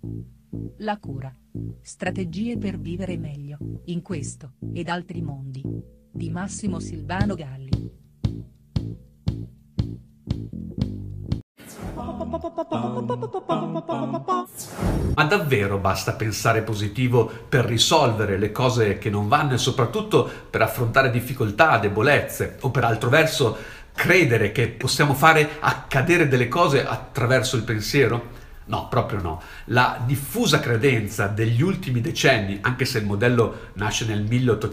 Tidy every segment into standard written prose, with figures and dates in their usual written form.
La cura. Strategie per vivere meglio, in questo, ed altri mondi. Di Massimo Silvano Galli. Ma davvero basta pensare positivo per risolvere le cose che non vanno e soprattutto per affrontare difficoltà, debolezze o per altro verso credere che possiamo fare accadere delle cose attraverso il pensiero? No, proprio no. La diffusa credenza degli ultimi decenni, anche se il modello nasce nel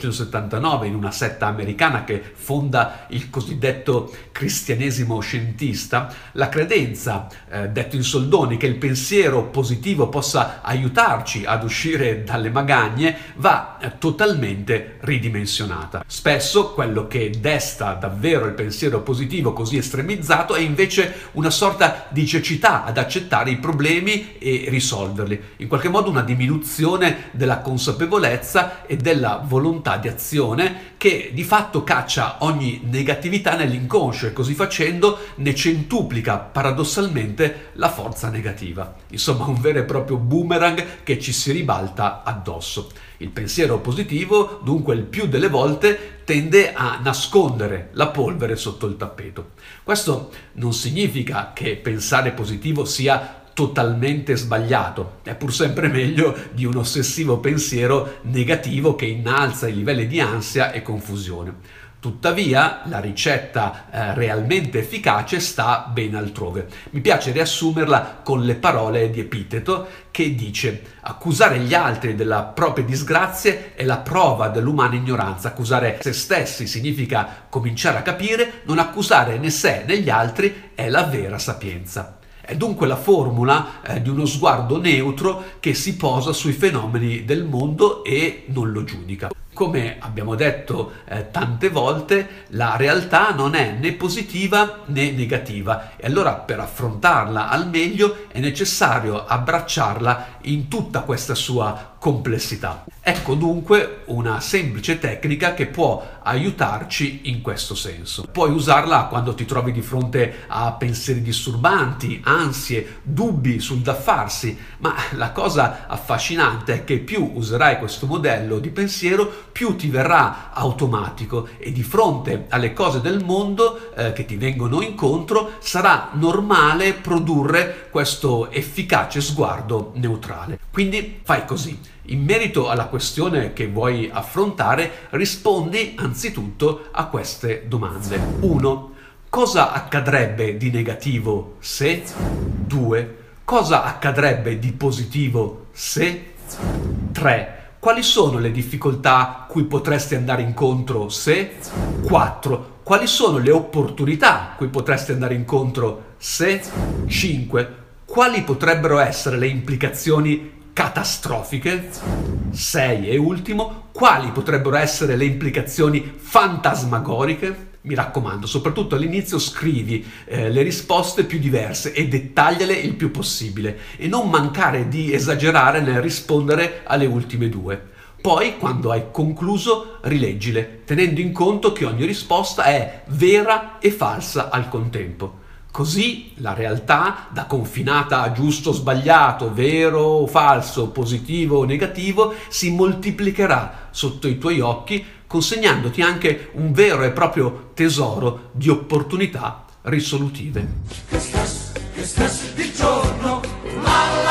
1879 in una setta americana che fonda il cosiddetto cristianesimo scientista, la credenza, detto in soldoni, che il pensiero positivo possa aiutarci ad uscire dalle magagne va totalmente ridimensionata. Spesso quello che desta davvero il pensiero positivo così estremizzato è invece una sorta di cecità ad accettare i problemi e risolverli, in qualche modo una diminuzione della consapevolezza e della volontà di azione che di fatto caccia ogni negatività nell'inconscio e così facendo ne centuplica paradossalmente la forza negativa. Insomma, un vero e proprio boomerang che ci si ribalta addosso. Il pensiero positivo, dunque, il più delle volte tende a nascondere la polvere sotto il tappeto. Questo non significa che pensare positivo sia totalmente sbagliato, è pur sempre meglio di un ossessivo pensiero negativo che innalza i livelli di ansia e confusione. Tuttavia, la ricetta realmente efficace sta ben altrove. Mi piace riassumerla con le parole di Epiteto, che dice: accusare gli altri della propria disgrazia è la prova dell'umana ignoranza. Accusare se stessi significa cominciare a capire, non accusare né sé né gli altri è la vera sapienza. È dunque la formula di uno sguardo neutro che si posa sui fenomeni del mondo e non lo giudica. Come abbiamo detto tante volte, la realtà non è né positiva né negativa e allora per affrontarla al meglio è necessario abbracciarla in tutta questa sua complessità. Ecco dunque una semplice tecnica che può aiutarci in questo senso. Puoi usarla quando ti trovi di fronte a pensieri disturbanti, ansie, dubbi sul da farsi, ma la cosa affascinante è che più userai questo modello di pensiero, più ti verrà automatico e di fronte alle cose del mondo che ti vengono incontro sarà normale produrre questo efficace sguardo neutrale. Quindi fai così. In merito alla questione che vuoi affrontare, rispondi anzitutto a queste domande. 1. Cosa accadrebbe di negativo se? 2. Cosa accadrebbe di positivo se? 3. Quali sono le difficoltà cui potresti andare incontro se? 4. Quali sono le opportunità cui potresti andare incontro se? 5. Quali potrebbero essere le implicazioni catastrofiche? 6. E ultimo, quali potrebbero essere le implicazioni fantasmagoriche? Mi raccomando, soprattutto all'inizio scrivi le risposte più diverse e dettagliale il più possibile e non mancare di esagerare nel rispondere alle ultime due. Poi, quando hai concluso, rileggile, tenendo in conto che ogni risposta è vera e falsa al contempo. Così la realtà, da confinata a giusto o sbagliato, vero o falso, positivo o negativo, si moltiplicherà sotto i tuoi occhi, consegnandoti anche un vero e proprio tesoro di opportunità risolutive. Che stress di giorno,